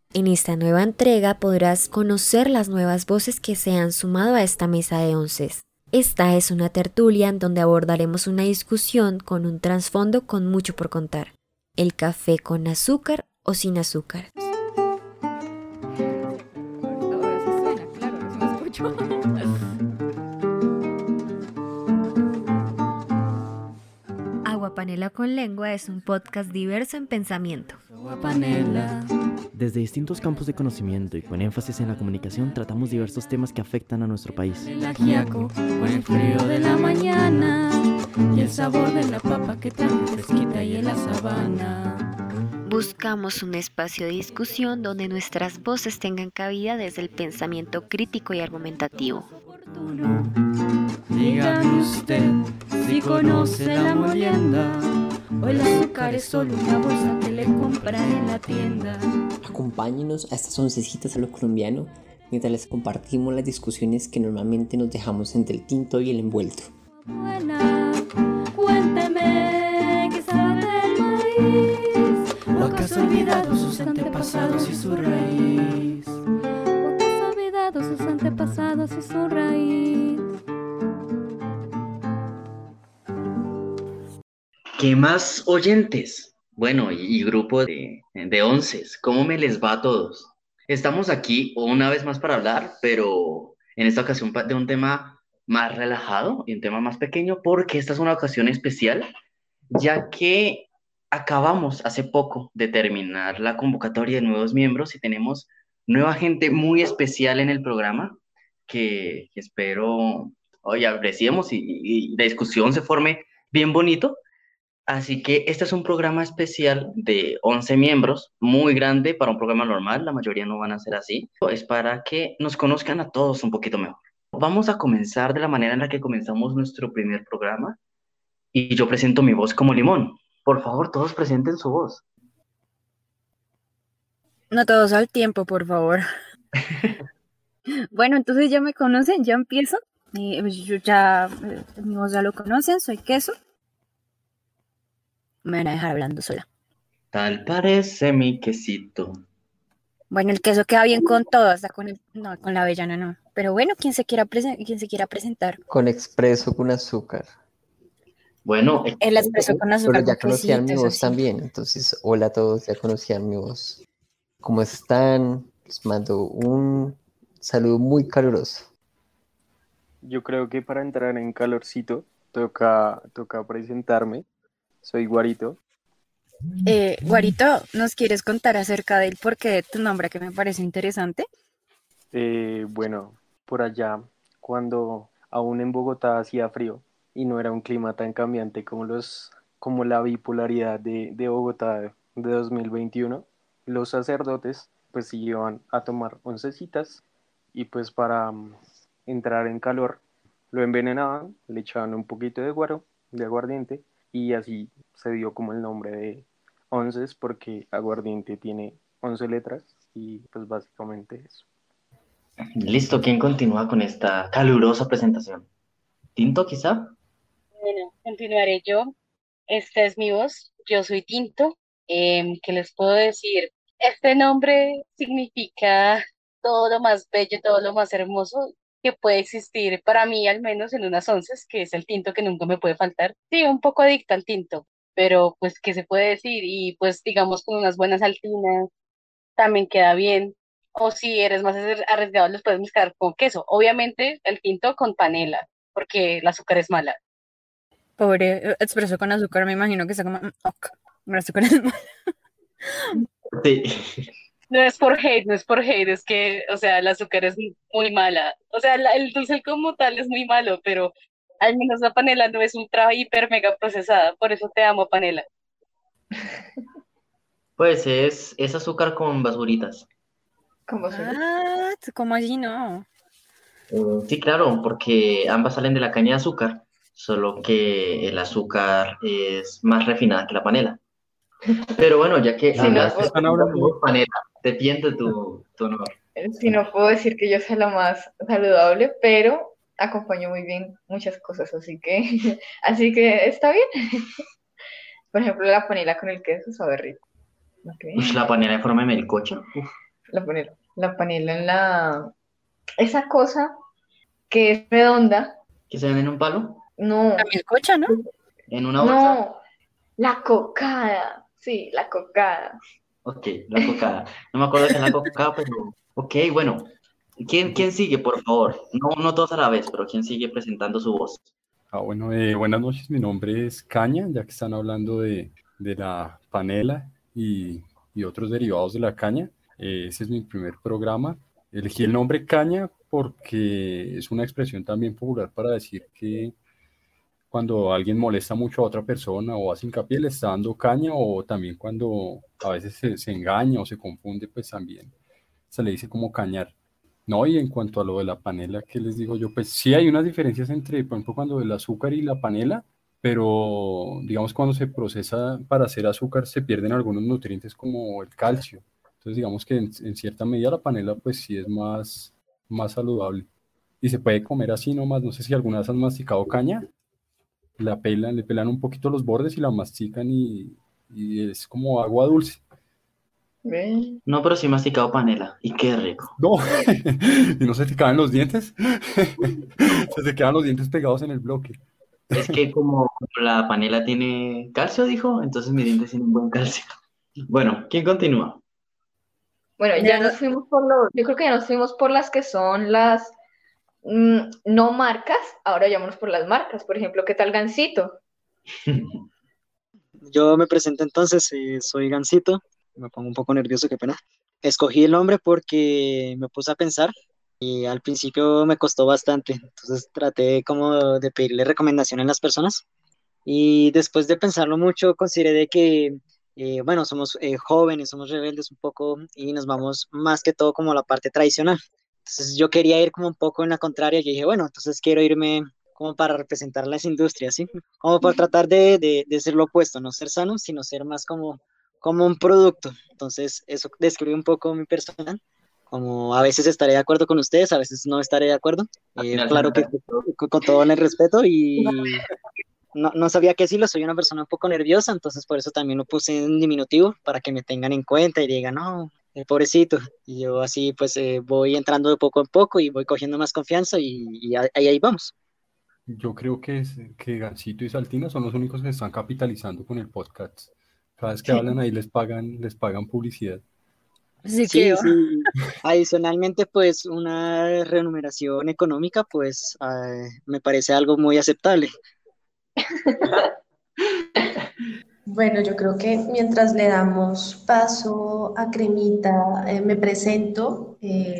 En esta nueva entrega podrás conocer las nuevas voces que se han sumado a esta mesa de onces. Esta es una tertulia en donde abordaremos una discusión con un trasfondo con mucho por contar. ¿El café con azúcar o sin azúcar? Ahora sí suena, claro, ahora sí me escucho. Agua Panela con Lengua es un podcast diverso en pensamiento. Agua panela. Desde distintos campos de conocimiento y con énfasis en la comunicación tratamos diversos temas que afectan a nuestro país. El ajiaco con el frío de la mañana y el sabor de la papa que tan fresquita y en la sabana. Buscamos un espacio de discusión donde nuestras voces tengan cabida desde el pensamiento crítico y argumentativo. Dígame usted si conoce la molienda o el azúcar es solo una bolsa que le compra en la tienda. Acompáñenos a estas oncecitas a lo colombiano mientras les compartimos las discusiones que normalmente nos dejamos entre el tinto y el envuelto. Buena, cuénteme qué sabe del maíz, o acaso ha olvidado sus antepasados y su raíz, o acaso ha olvidado sus antepasados y su raíz. ¿Qué más oyentes? Bueno, y grupo de onces, ¿cómo me les va a todos? Estamos aquí una vez más para hablar, pero en esta ocasión de un tema más relajado y un tema más pequeño, porque esta es una ocasión especial, ya que acabamos hace poco de terminar la convocatoria de nuevos miembros y tenemos nueva gente muy especial en el programa que espero hoy apreciemos y la discusión se forme bien bonito. Así que este es un programa especial de 11 miembros, muy grande para un programa normal, la mayoría no van a ser así. Es para que nos conozcan a todos un poquito mejor. Vamos a comenzar de la manera en la que comenzamos nuestro primer programa y yo presento mi voz como Limón. Por favor, todos presenten su voz. No todos al tiempo, por favor. Bueno, entonces ya me conocen, ya empiezo. Yo ya, mi voz ya lo conocen, soy Queso. Me van a dejar hablando sola. Tal parece mi quesito. Bueno, el Queso queda bien con todo, hasta con no, con la avellana no. Pero bueno, quien se quiera presentar. Con expreso con azúcar. Bueno, El expreso con azúcar Pero ya con conocían mi quesito, voz eso sí. también, entonces hola a todos, ya conocían mi voz. ¿Cómo están? Les mando un saludo muy caluroso. Yo creo que para entrar en calorcito toca presentarme. Soy Guarito. Guarito, ¿nos quieres contar acerca del porqué de tu nombre que me parece interesante? Bueno, por allá, cuando aún en Bogotá hacía frío y no era un clima tan cambiante como la bipolaridad de Bogotá de 2021, los sacerdotes pues sí iban a tomar oncecitas y pues para entrar en calor lo envenenaban, le echaban un poquito de guaro, de aguardiente, y así se dio como el nombre de onces porque aguardiente tiene 11 letras y pues básicamente eso. listo, ¿quién continúa con esta calurosa presentación? ¿Tinto quizá? Bueno, continuaré yo. Esta es mi voz. Yo soy Tinto. ¿Qué les puedo decir? Este nombre significa todo lo más bello, todo lo más hermoso que puede existir para mí, al menos en unas onces, que es el tinto que nunca me puede faltar. Sí, un poco adicta al tinto, pero pues, ¿qué se puede decir? Y pues, digamos, con unas buenas saltinas también queda bien. O si eres más arriesgado, los puedes mezclar con queso. Obviamente, el tinto con panela, porque el azúcar es mala. Pobre expreso con azúcar, me imagino que está como, ok, el azúcar es malo. Sí. No es por hate, no es por hate, es que, o sea, el azúcar es muy mala. O sea, el dulce como tal es muy malo, pero al menos la panela no es ultra, hiper, mega procesada. Por eso te amo, panela. Pues es azúcar con basuritas. Como suele. Ah, ¿cómo allí no? Sí, claro, porque ambas salen de la caña de azúcar, solo que el azúcar es más refinada que la panela. Pero bueno, ya que Si no, hablaste Están hablando. de panela, te tiento tu honor. si no puedo decir que yo soy la más saludable, pero acompaño muy bien muchas cosas, así que está bien. Por ejemplo, la panela con el queso sabe rico. Ok. Ush, la panela en forma de melcocha. Uf. La panela en la... Esa cosa que es redonda. ¿Que se ven en un palo? No, La melcocha, ¿no? ¿En una bolsa? no, la cocada. Sí, la cocada. Ok, la cocada. No me acuerdo que es la cocada, pero... Ok, bueno. ¿Quién sigue, por favor? No todos a la vez, pero ¿quién sigue presentando su voz? Bueno, buenas noches, mi nombre es Caña, ya que están hablando de la panela y otros derivados de la caña. Ese es mi primer programa. Elegí el nombre Caña porque es una expresión también popular para decir que cuando alguien molesta mucho a otra persona o hace hincapié le está dando caña, o también cuando a veces se engaña o se confunde, pues también se le dice como cañar. No, y en cuanto a lo de la panela, ¿qué les digo yo? Pues sí hay unas diferencias entre, por ejemplo, cuando el azúcar y la panela, pero digamos cuando se procesa para hacer azúcar se pierden algunos nutrientes como el calcio. Entonces digamos que en cierta medida la panela pues sí es más saludable. Y se puede comer así nomás. No sé si alguna vez han masticado caña, le pelan un poquito los bordes y la mastican y es como agua dulce. Ve. No, pero sí he masticado panela. Y qué rico. No, y no se te caen los dientes, se te quedan los dientes pegados en el bloque. Es que como la panela tiene calcio, dijo, entonces mis dientes tienen buen calcio. Bueno, ¿quién continúa? Bueno, ya Mira, nos fuimos por yo creo que ya nos fuimos por las que son las no marcas, ahora llámonos por las marcas. Por ejemplo, ¿qué tal Gansito? Yo me presento entonces, soy Gansito, me pongo un poco nervioso, qué pena. Escogí el nombre porque me puse a pensar y al principio me costó bastante, entonces traté como de pedirle recomendación a las personas y después de pensarlo mucho consideré de que, bueno, somos jóvenes, somos rebeldes un poco y nos vamos más que todo como a la parte tradicional. Entonces yo quería ir como un poco en la contraria, yo dije, bueno, entonces quiero irme como para representar las industrias, ¿sí? Como para tratar de ser lo opuesto, no ser sano, sino ser más como un producto. Entonces eso describe un poco mi persona, como a veces estaré de acuerdo con ustedes, a veces no estaré de acuerdo. Al final se Claro que nota. con todo el respeto y no sabía qué decirlo, soy una persona un poco nerviosa, entonces por eso también lo puse en diminutivo, para que me tengan en cuenta y digan, no, pobrecito. Y yo así pues voy entrando de poco en poco y voy cogiendo más confianza y ahí vamos. Yo creo que Gansito y Saltina son los únicos que están capitalizando con el podcast. Cada vez que hablan ahí les pagan publicidad. sí Sí, creo. sí. Adicionalmente, pues una remuneración económica, pues me parece algo muy aceptable. Bueno, yo creo que mientras le damos paso a Cremita, me presento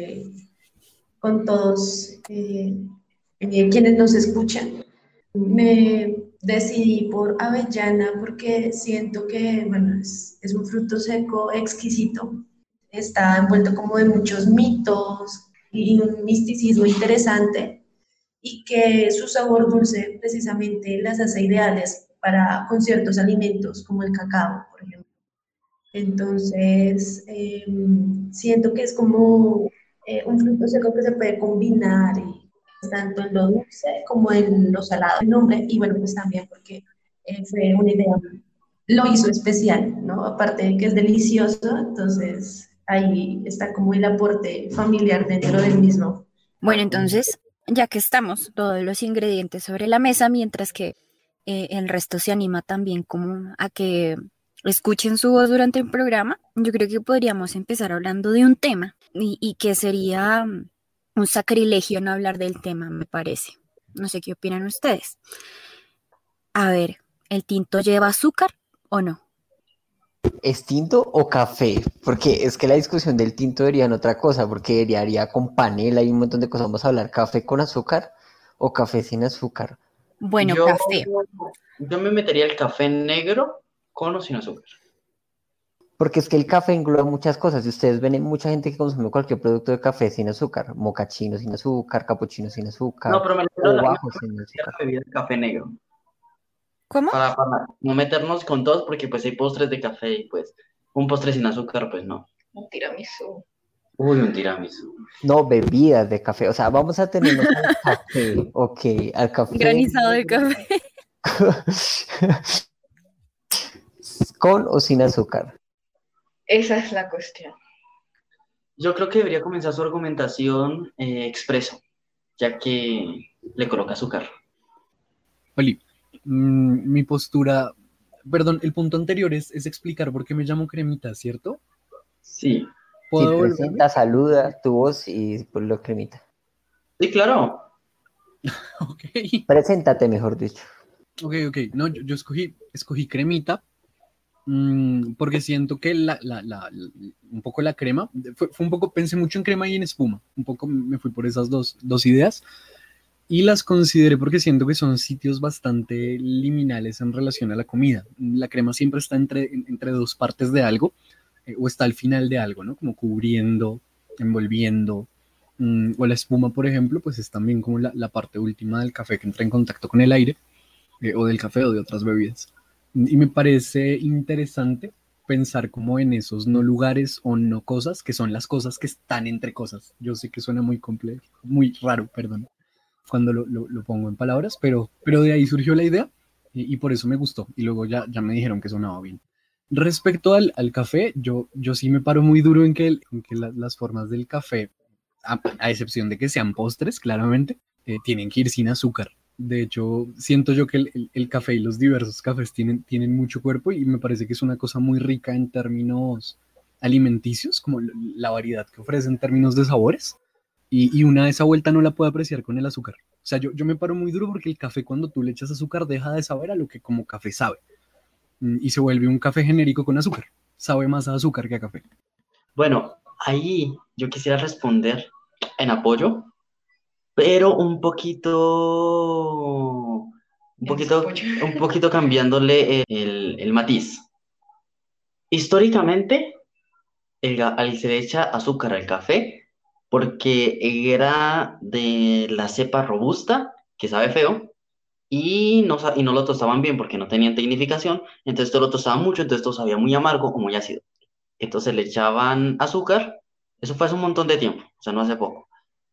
con todos quienes nos escuchan. Me decidí por avellana porque siento que, bueno, es un fruto seco exquisito. Está envuelto como de muchos mitos y un misticismo interesante y que su sabor dulce precisamente las hace ideales con ciertos alimentos como el cacao, por ejemplo. Entonces, siento que es como un fruto seco que se puede combinar tanto en lo dulce como en lo salado. El nombre, y bueno, pues también porque fue una idea, lo hizo especial, ¿no? Aparte de que es delicioso, entonces ahí está como el aporte familiar dentro del mismo. Bueno, entonces, ya que estamos todos los ingredientes sobre la mesa, mientras que el resto se anima también como a que escuchen su voz durante el programa, yo creo que podríamos empezar hablando de un tema y que sería un sacrilegio no hablar del tema, me parece. No sé qué opinan ustedes. A ver, ¿el tinto lleva azúcar o no? ¿Es tinto o café? Porque es que la discusión del tinto debería en otra cosa, porque debería con panela y un montón de cosas. Vamos a hablar café con azúcar o café sin azúcar. Bueno, Yo, café. yo me metería el café negro con o sin azúcar. Porque es que el café engloba muchas cosas. Y ustedes ven mucha gente que consume cualquier producto de café sin azúcar. Mocachino sin azúcar, capuchino sin No, azúcar, pero me refiero a o la, bajo sin azúcar. la bebida de café negro. ¿Cómo? Para no meternos con todos, porque pues hay postres de café y pues un postre sin azúcar, pues no. Un tiramisú. Uy, un tiramisú. No, bebidas de café. O sea, vamos a tenernos al café. Ok, al café. Granizado de café. ¿Con o sin azúcar? Esa es la cuestión. Yo creo que debería comenzar su argumentación expreso, ya que le coloca azúcar. Oli, mi postura, perdón, el punto anterior es explicar por qué me llamo Cremita, ¿cierto? Sí. Sí, ¿Puedo volverme? presenta, saluda tu voz y pues lo cremita. Sí, claro. Ok, Preséntate, mejor dicho. ok. No, yo escogí Cremita porque siento que un poco la crema, fue un poco, pensé mucho en crema y en espuma, un poco me fui por esas dos ideas y las consideré porque siento que son sitios bastante liminales en relación a la comida. La crema siempre está entre dos partes de algo o está al final de algo, ¿no? Como cubriendo, envolviendo. O la espuma, por ejemplo, pues es también como la parte última del café que entra en contacto con el aire, o del café o de otras bebidas. Y me parece interesante pensar como en esos no lugares o no cosas, que son las cosas que están entre cosas. Yo sé que suena muy complejo, muy raro, perdón, cuando lo pongo en palabras, pero de ahí surgió la idea y por eso me gustó. Y luego ya me dijeron que sonaba bien. Respecto al café, yo sí me paro muy duro en que las formas del café, a excepción de que sean postres, claramente, tienen que ir sin azúcar. De hecho, siento yo que el café y los diversos cafés tienen mucho cuerpo y me parece que es una cosa muy rica en términos alimenticios, como la variedad que ofrece en términos de sabores. Y una de esa vuelta no la puedo apreciar con el azúcar. O sea, yo me paro muy duro porque el café cuando tú le echas azúcar deja de saber a lo que como café sabe. Y se vuelve un café genérico con azúcar. Sabe más a azúcar que a café. Bueno, ahí yo quisiera responder en apoyo, pero un poquito cambiándole el matiz. Históricamente, se le echa azúcar al café porque era de la cepa robusta, que sabe feo, y no lo tostaban bien porque no tenían tecnificación, entonces todo lo tostaban mucho, entonces todo sabía muy amargo o muy ácido. Entonces le echaban azúcar, eso fue hace un montón de tiempo, o sea, no hace poco,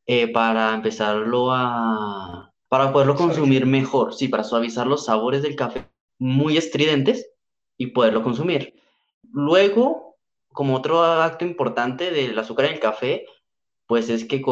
para poderlo consumir mejor, sí, para suavizar los sabores del café muy estridentes y poderlo consumir. Luego, como otro acto importante del azúcar en el café, pues es que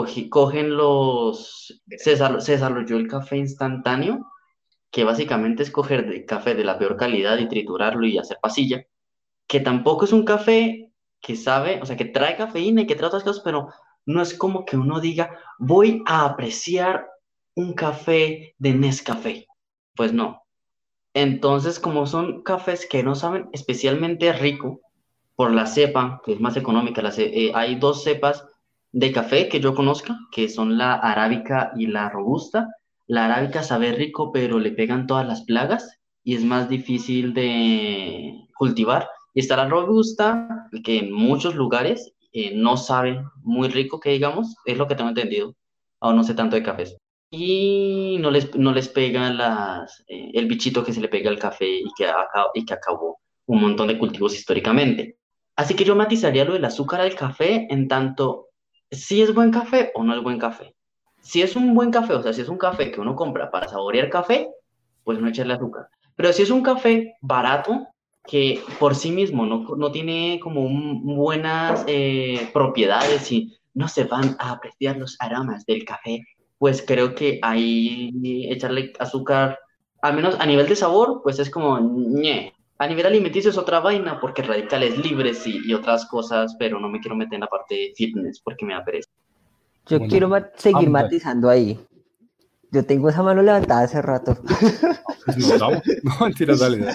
se desarrolló el café instantáneo, que básicamente es coger de café de la peor calidad y triturarlo y hacer pasilla, que tampoco es un café que sabe, o sea, que trae cafeína y que trae otras cosas, pero no es como que uno diga, voy a apreciar un café de Nescafé. Pues no. Entonces, como son cafés que no saben especialmente rico por la cepa, que es más económica, hay dos cepas de café que yo conozca, que son la arábica y la robusta. La arábica sabe rico, pero le pegan todas las plagas y es más difícil de cultivar. Y está la robusta, que en muchos lugares no sabe muy rico, que digamos, es lo que tengo entendido. Aún no sé tanto de cafés y no les pega el bichito que se le pega al café y que acabó un montón de cultivos históricamente. Así que yo matizaría lo del azúcar al café en tanto si es buen café o no es buen café. Si es un buen café, o sea, si es un café que uno compra para saborear café, pues no echarle azúcar. Pero si es un café barato, que por sí mismo no tiene como buenas propiedades y no se van a apreciar los aromas del café, pues creo que ahí echarle azúcar, al menos a nivel de sabor, pues es como ñe. A nivel alimenticio es otra vaina porque radicales libres y otras cosas, pero no me quiero meter en la parte de fitness porque me da pereza. Yo Bueno, quiero seguir Hamza, matizando ahí. Yo tengo esa mano levantada hace rato. pues nos damos. No, mentira, dale.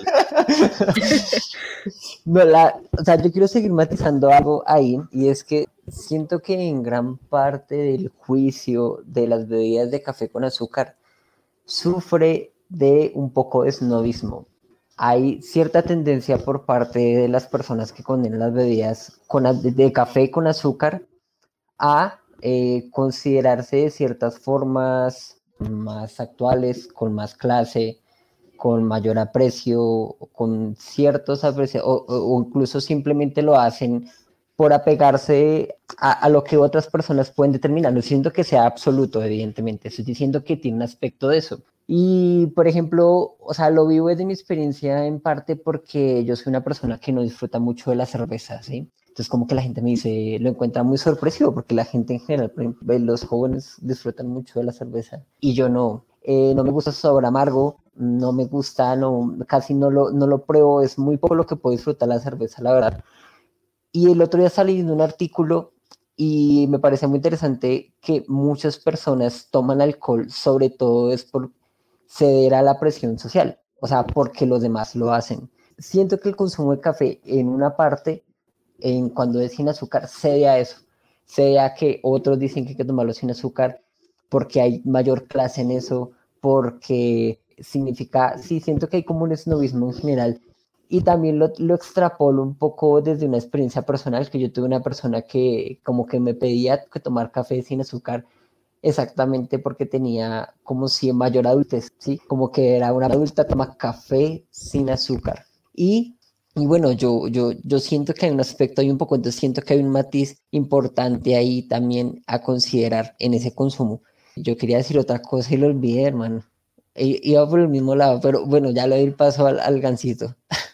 No, o sea, yo quiero seguir matizando algo ahí, y es que siento que en gran parte del juicio de las bebidas de café con azúcar sufre de un poco de snobismo. Hay cierta tendencia por parte de las personas que condenan las bebidas de café con azúcar a considerarse de ciertas formas más actuales, con más clase, con mayor aprecio, con ciertos aprecios, o incluso simplemente lo hacen por apegarse a lo que otras personas pueden determinar. No siento que sea absoluto, evidentemente, estoy diciendo que tiene un aspecto de eso. Y, por ejemplo, o sea, lo vivo desde mi experiencia en parte porque yo soy una persona que no disfruta mucho de la cerveza, ¿sí? Entonces como que la gente me dice, lo encuentra muy sorpresivo porque la gente en general, por ejemplo, los jóvenes disfrutan mucho de la cerveza y yo no. No me gusta su sabor amargo, no me gusta, no, casi no lo pruebo, es muy poco lo que puedo disfrutar la cerveza, la verdad. Y el otro día salí leyendo un artículo y me parece muy interesante que muchas personas toman alcohol, sobre todo es por ceder a la presión social, o sea, porque los demás lo hacen. Siento que el consumo de café en una parte, en cuando es sin azúcar, cede a eso, cede a que otros dicen que hay que tomarlo sin azúcar porque hay mayor clase en eso, porque significa, sí, siento que hay como un snobismo en general y también lo extrapolo un poco desde una experiencia personal, que yo tuve una persona que como que me pedía que tomar café sin azúcar exactamente porque tenía como si mayor adultez, ¿sí? Como que era una adulta, toma café sin azúcar. Y bueno, yo siento que hay un aspecto ahí un poco, entonces siento que hay un matiz importante ahí también a considerar en ese consumo. Yo quería decir otra cosa y lo olvidé, hermano. Iba por el mismo lado, pero bueno, ya le doy el paso al gancito.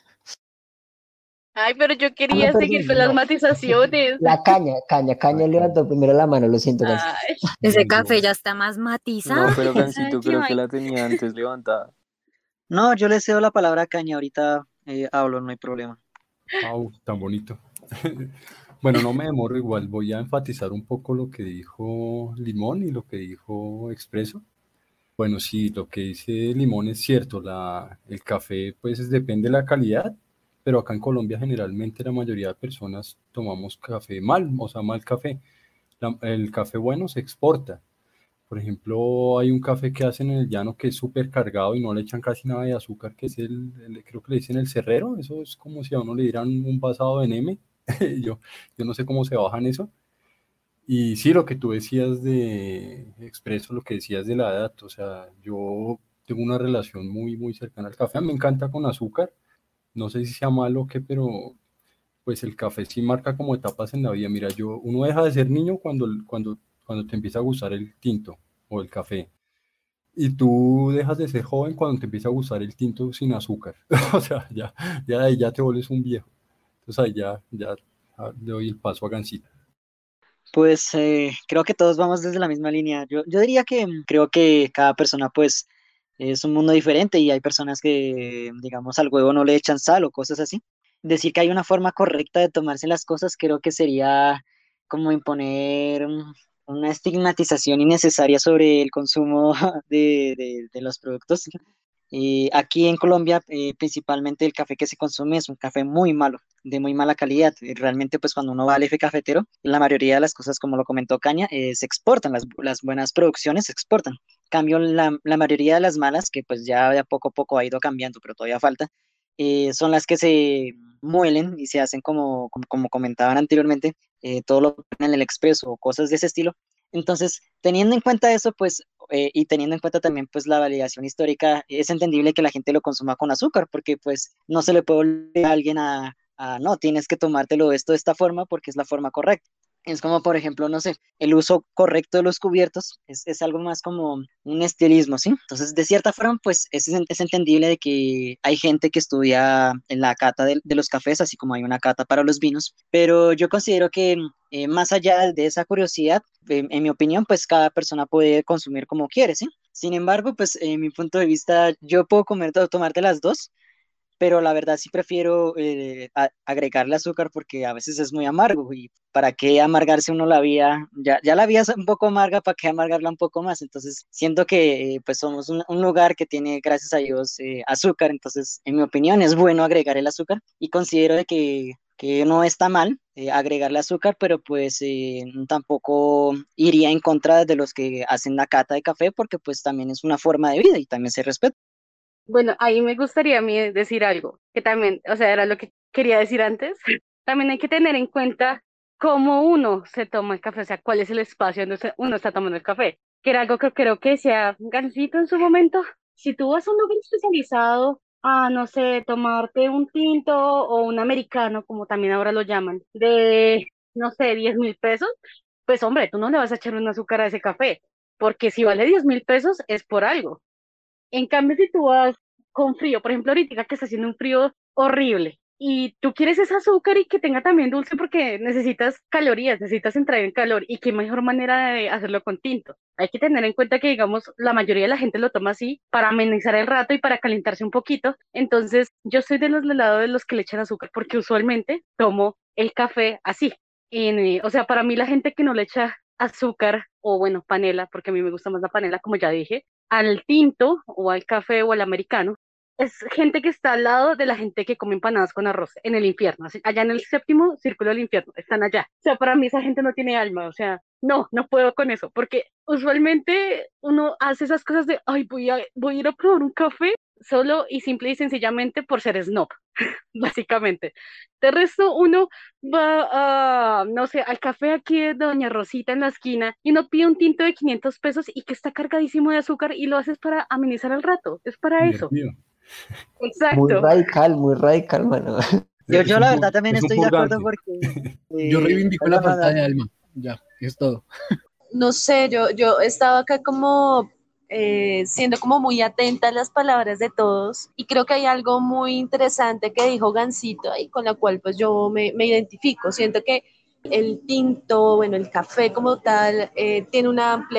Ay, pero yo Ah, no, quería seguir perdón, con las no. matizaciones. La caña levantó primero la mano, lo siento, gancito. Ay, Ese Yo, café ya está más matizado. No, pero ay, Gansito qué creo que vaina. la tenía antes levantada. No, yo le cedo la palabra a Caña, ahorita hablo, no hay problema. tan bonito. Bueno, no me demoro igual, voy a enfatizar un poco lo que dijo Limón y lo que dijo Expreso. Bueno, sí, lo que dice Limón es cierto, el café pues depende de la calidad, pero acá en Colombia generalmente la mayoría de personas tomamos café mal, o sea, mal café. El café bueno se exporta. Por ejemplo, hay un café que hacen en el llano que es súper cargado y no le echan casi nada de azúcar, que es creo que le dicen el Cerrero, eso es como si a uno le dieran un pasado de Neme. Yo, yo no sé cómo se bajan eso. Y sí, lo que tú decías de Expreso, lo que decías de la edad, o sea, yo tengo una relación muy, muy cercana al café. Me encanta con azúcar, no sé si sea malo o qué, pero pues el café sí marca como etapas en la vida. Mira, uno deja de ser niño cuando te empieza a gustar el tinto o el café. Y tú dejas de ser joven cuando te empieza a gustar el tinto sin azúcar. O sea, ya de ahí ya te vuelves un viejo. Entonces ahí ya le doy el paso a Gansita. Pues creo que todos vamos desde la misma línea. Yo diría que creo que cada persona pues es un mundo diferente y hay personas que, digamos, al huevo no le echan sal o cosas así. Decir que hay una forma correcta de tomarse las cosas creo que sería como imponer una estigmatización innecesaria sobre el consumo de los productos. Y aquí en Colombia, principalmente el café que se consume es un café muy malo, de muy mala calidad. Realmente, pues cuando uno va al eje cafetero, la mayoría de las cosas, como lo comentó Caña, se exportan, las buenas producciones se exportan. Cambio, la mayoría de las malas, que pues ya de a poco ha ido cambiando, pero todavía falta, son las que se muelen y se hacen como comentaban anteriormente, todo lo ponen en el expreso o cosas de ese estilo. Entonces, teniendo en cuenta eso, pues y teniendo en cuenta también pues la validación histórica, es entendible que la gente lo consuma con azúcar, porque pues no se le puede obligar a alguien no, tienes que tomártelo esto de esta forma porque es la forma correcta. Es como, por ejemplo, no sé, el uso correcto de los cubiertos es algo más como un estilismo, ¿sí? Entonces, de cierta forma, pues es entendible de que hay gente que estudia en la cata de los cafés, así como hay una cata para los vinos, pero yo considero que más allá de esa curiosidad, en mi opinión, pues cada persona puede consumir como quiere, ¿sí? Sin embargo, pues en mi punto de vista, yo puedo tomarte las dos, pero la verdad sí prefiero agregarle azúcar porque a veces es muy amargo y para qué amargarse uno la vida, ya la vida es un poco amarga, para qué amargarla un poco más, entonces siento que pues somos un lugar que tiene, gracias a Dios, azúcar, entonces en mi opinión es bueno agregar el azúcar y considero de que no está mal agregarle azúcar, pero pues tampoco iría en contra de los que hacen la cata de café porque pues también es una forma de vida y también se respeta. Bueno, ahí me gustaría a mí decir algo, que también, o sea, era lo que quería decir antes. También hay que tener en cuenta cómo uno se toma el café, o sea, cuál es el espacio donde uno está tomando el café. Que era algo que creo que decía Gansito en su momento. Si tú vas a un lugar especializado a, no sé, tomarte un tinto o un americano, como también ahora lo llaman, de, no sé, 10.000 pesos, pues hombre, tú no le vas a echar un azúcar a ese café, porque si vale 10.000 pesos es por algo. En cambio, si tú vas con frío, por ejemplo, ahorita que está haciendo un frío horrible, y tú quieres ese azúcar y que tenga también dulce porque necesitas calorías, necesitas entrar en calor y qué mejor manera de hacerlo con tinto. Hay que tener en cuenta que, digamos, la mayoría de la gente lo toma así para amenizar el rato y para calentarse un poquito. Entonces, yo soy de los del lado de los que le echan azúcar porque usualmente tomo el café así. O sea, para mí la gente que no le echa azúcar o bueno, panela, porque a mí me gusta más la panela, como ya dije, al tinto o al café o al americano, es gente que está al lado de la gente que come empanadas con arroz en el infierno, así, allá en el séptimo círculo del infierno, están allá. O sea, para mí esa gente no tiene alma, o sea, no, no puedo con eso, porque usualmente uno hace esas cosas de, ay, voy a ir a probar un café solo y simple y sencillamente por ser snob, básicamente. De resto, uno va a, no sé, al café aquí de Doña Rosita en la esquina y no pide un tinto de 500 pesos y que está cargadísimo de azúcar y lo haces para amenizar el rato, es para eso. Divertido. Exacto. Muy radical, mano. Yo la verdad también Es un estoy de acuerdo purgante. porque Yo reivindico la falta de nada. alma. Ya, es todo. No sé, yo he estado acá como siendo como muy atenta a las palabras de todos y creo que hay algo muy interesante que dijo Gansito y con la cual pues yo me identifico. Siento que el tinto, bueno, el café como tal, tiene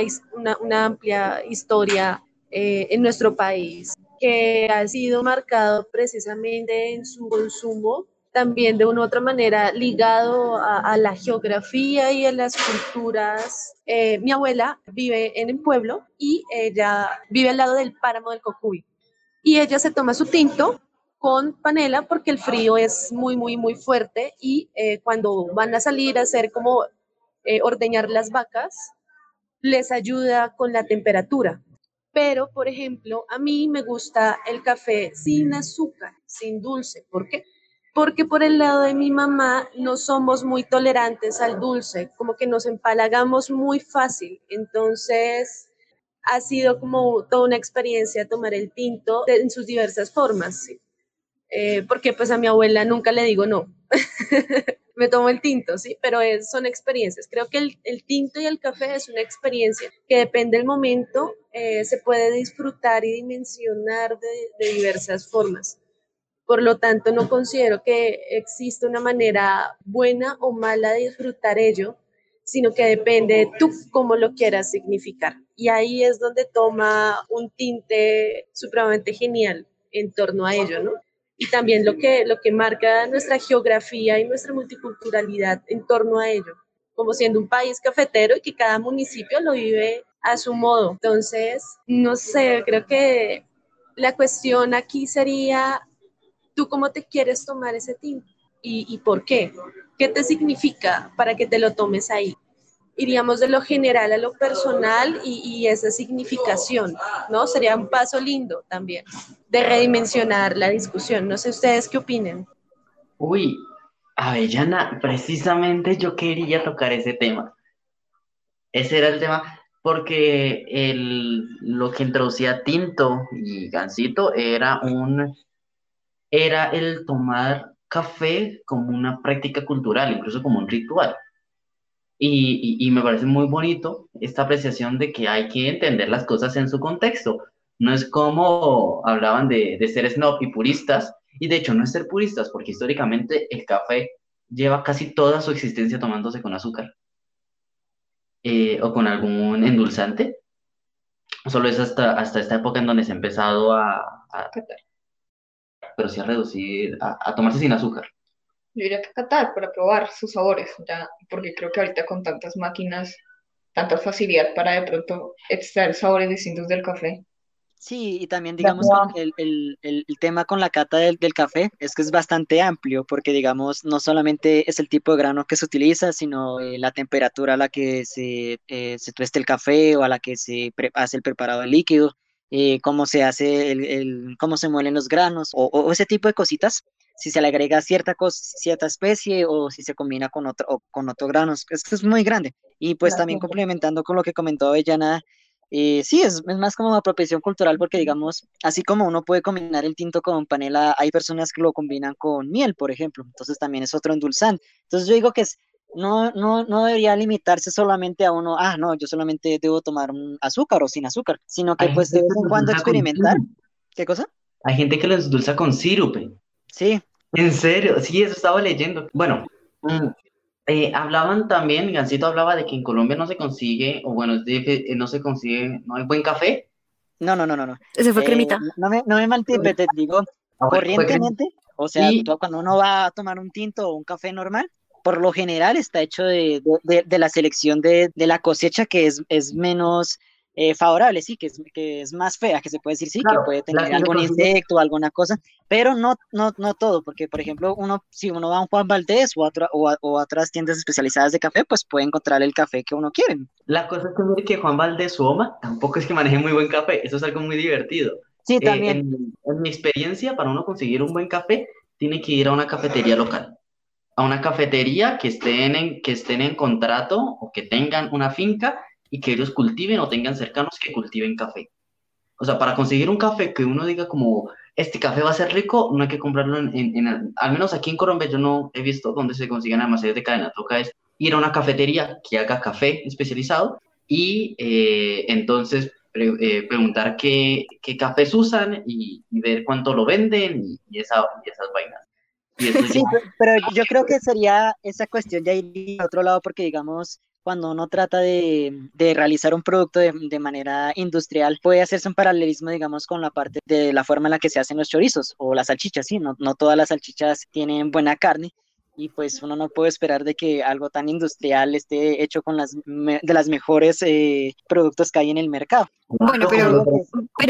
una amplia historia en nuestro país que ha sido marcado precisamente en su consumo, también de una u otra manera ligado a la geografía y a las culturas. Mi abuela vive en el pueblo y ella vive al lado del páramo del Cocuy y ella se toma su tinto con panela porque el frío es muy fuerte y cuando van a salir a hacer como ordeñar las vacas, les ayuda con la temperatura. Pero, por ejemplo, a mí me gusta el café sin azúcar, sin dulce. ¿Por qué? Porque por el lado de mi mamá no somos muy tolerantes al dulce, como que nos empalagamos muy fácil. Entonces, ha sido como toda una experiencia tomar el tinto en sus diversas formas, ¿sí? Porque pues a mi abuela nunca le digo no. Me tomo el tinto, ¿sí? Pero son experiencias. Creo que el tinto y el café es una experiencia que depende del momento, se puede disfrutar y dimensionar de diversas formas. Por lo tanto, no considero que exista una manera buena o mala de disfrutar ello, sino que depende de tú cómo lo quieras significar. Y ahí es donde toma un tinte supremamente genial en torno a ello, ¿no? Y también lo que marca nuestra geografía y nuestra multiculturalidad en torno a ello, como siendo un país cafetero y que cada municipio lo vive a su modo. Entonces, no sé, creo que la cuestión aquí sería, ¿tú cómo te quieres tomar ese tinto? ¿Y por qué? ¿Qué te significa para que te lo tomes ahí? Iríamos de lo general a lo personal y esa significación, ¿no? Sería un paso lindo también de redimensionar la discusión. No sé ustedes qué opinen. Uy, Avellana, precisamente yo quería tocar ese tema. Ese era el tema, porque lo que introducía Tinto y Gansito era el tomar café como una práctica cultural, incluso como un ritual. Y me parece muy bonito esta apreciación de que hay que entender las cosas en su contexto. No es como hablaban de ser snob y puristas, y de hecho no es ser puristas, porque históricamente el café lleva casi toda su existencia tomándose con azúcar o con algún endulzante. Solo es hasta esta época en donde se ha empezado pero sí a reducir, a tomarse sin azúcar. Yo iría a Qatar para probar sus sabores, ya, porque creo que ahorita con tantas máquinas, tanta facilidad para de pronto extraer sabores distintos del café. Sí, y también digamos como que el tema con la cata del café es que es bastante amplio, porque digamos no solamente es el tipo de grano que se utiliza, sino la temperatura a la que se tuesta el café o a la que hace el preparado del líquido, cómo se hace cómo se muelen los granos o ese tipo de cositas. Si se le agrega cierta especie o si se combina con otro grano, es que es muy grande. Y pues también complementando con lo que comentó Avellana, sí, es más como apropiación cultural porque, digamos, así como uno puede combinar el tinto con panela, hay personas que lo combinan con miel, por ejemplo, entonces también es otro endulzante. Entonces yo digo que no debería limitarse solamente a uno, no, yo solamente debo tomar un azúcar o sin azúcar, sino que Hay pues gente de que vez en lo cuando endulza con experimentar. sirup. ¿Qué cosa? Hay gente que lo endulza con sirupe. Sí, En serio, sí, eso estaba leyendo. Bueno, mm, hablaban también, Gansito hablaba de que en Colombia no se consigue, o bueno, no se consigue, no hay buen café. No, no, no, no, no. Ese fue cremita. No me malinterpretes, digo, Fue que corrientemente, o sea, sí, cuando uno va a tomar un tinto o un café normal, por lo general está hecho de la selección de la cosecha que es menos favorable, sí, que es más fea, que se puede decir, sí, que claro, puede la tener que se algún consigue, insecto, alguna cosa, pero no todo, porque por ejemplo, si uno va a un Juan Valdés o a otras tiendas especializadas de café, pues puede encontrar el café que uno quiere. la cosa es que mire que Juan Valdez Suoma tampoco es que maneje muy buen café, eso es algo muy divertido. Sí, también. En mi experiencia, para uno conseguir un buen café, tiene que ir a una cafetería local, a una cafetería que estén en contrato o que tengan una finca y que ellos cultiven o tengan cercanos que cultiven café. O sea, para conseguir un café que uno diga como, este café va a ser rico, no hay que comprarlo al menos aquí en Colombia yo no he visto dónde se consiguen almacenes de cadena, toca es ir a una cafetería que haga café especializado y entonces preguntar qué cafés usan y ver cuánto lo venden y esas vainas. Y eso ya, Sí, pero yo creo que sería esa cuestión ya iría a otro lado porque, digamos, cuando uno trata de realizar un producto de manera industrial, puede hacerse un paralelismo, digamos, con la parte de la forma en la que se hacen los chorizos o las salchichas, sí, no todas las salchichas tienen buena carne y pues uno no puede esperar de que algo tan industrial esté hecho con de las mejores productos que hay en el mercado. Bueno, Entonces, digo que pero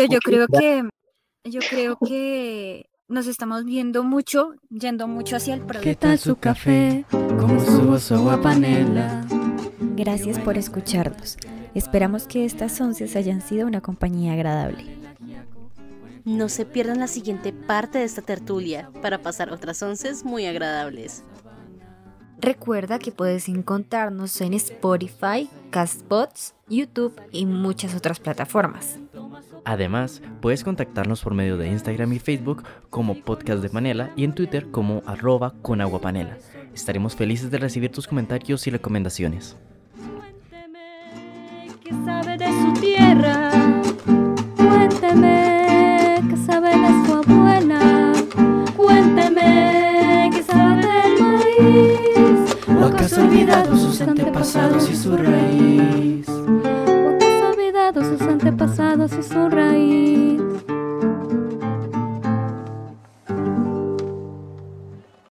yo creo que nos estamos yendo mucho hacia el ¿Qué producto. tal su café? ¿Cómo estuvo su agua panela? Gracias por escucharnos. Esperamos que estas onces hayan sido una compañía agradable. No se pierdan la siguiente parte de esta tertulia para pasar otras onces muy agradables. Recuerda que puedes encontrarnos en Spotify, Castbox, YouTube y muchas otras plataformas. Además, puedes contactarnos por medio de Instagram y Facebook como Podcast de Panela y en Twitter como @conaguapanela. Estaremos felices de recibir tus comentarios y recomendaciones. ¿Qué sabe de su tierra? Cuénteme qué sabe de su abuela. Cuénteme qué sabe del maíz. ¿O acaso ha olvidado sus antepasados y su raíz? ¿O acaso ha olvidado sus antepasados y su raíz?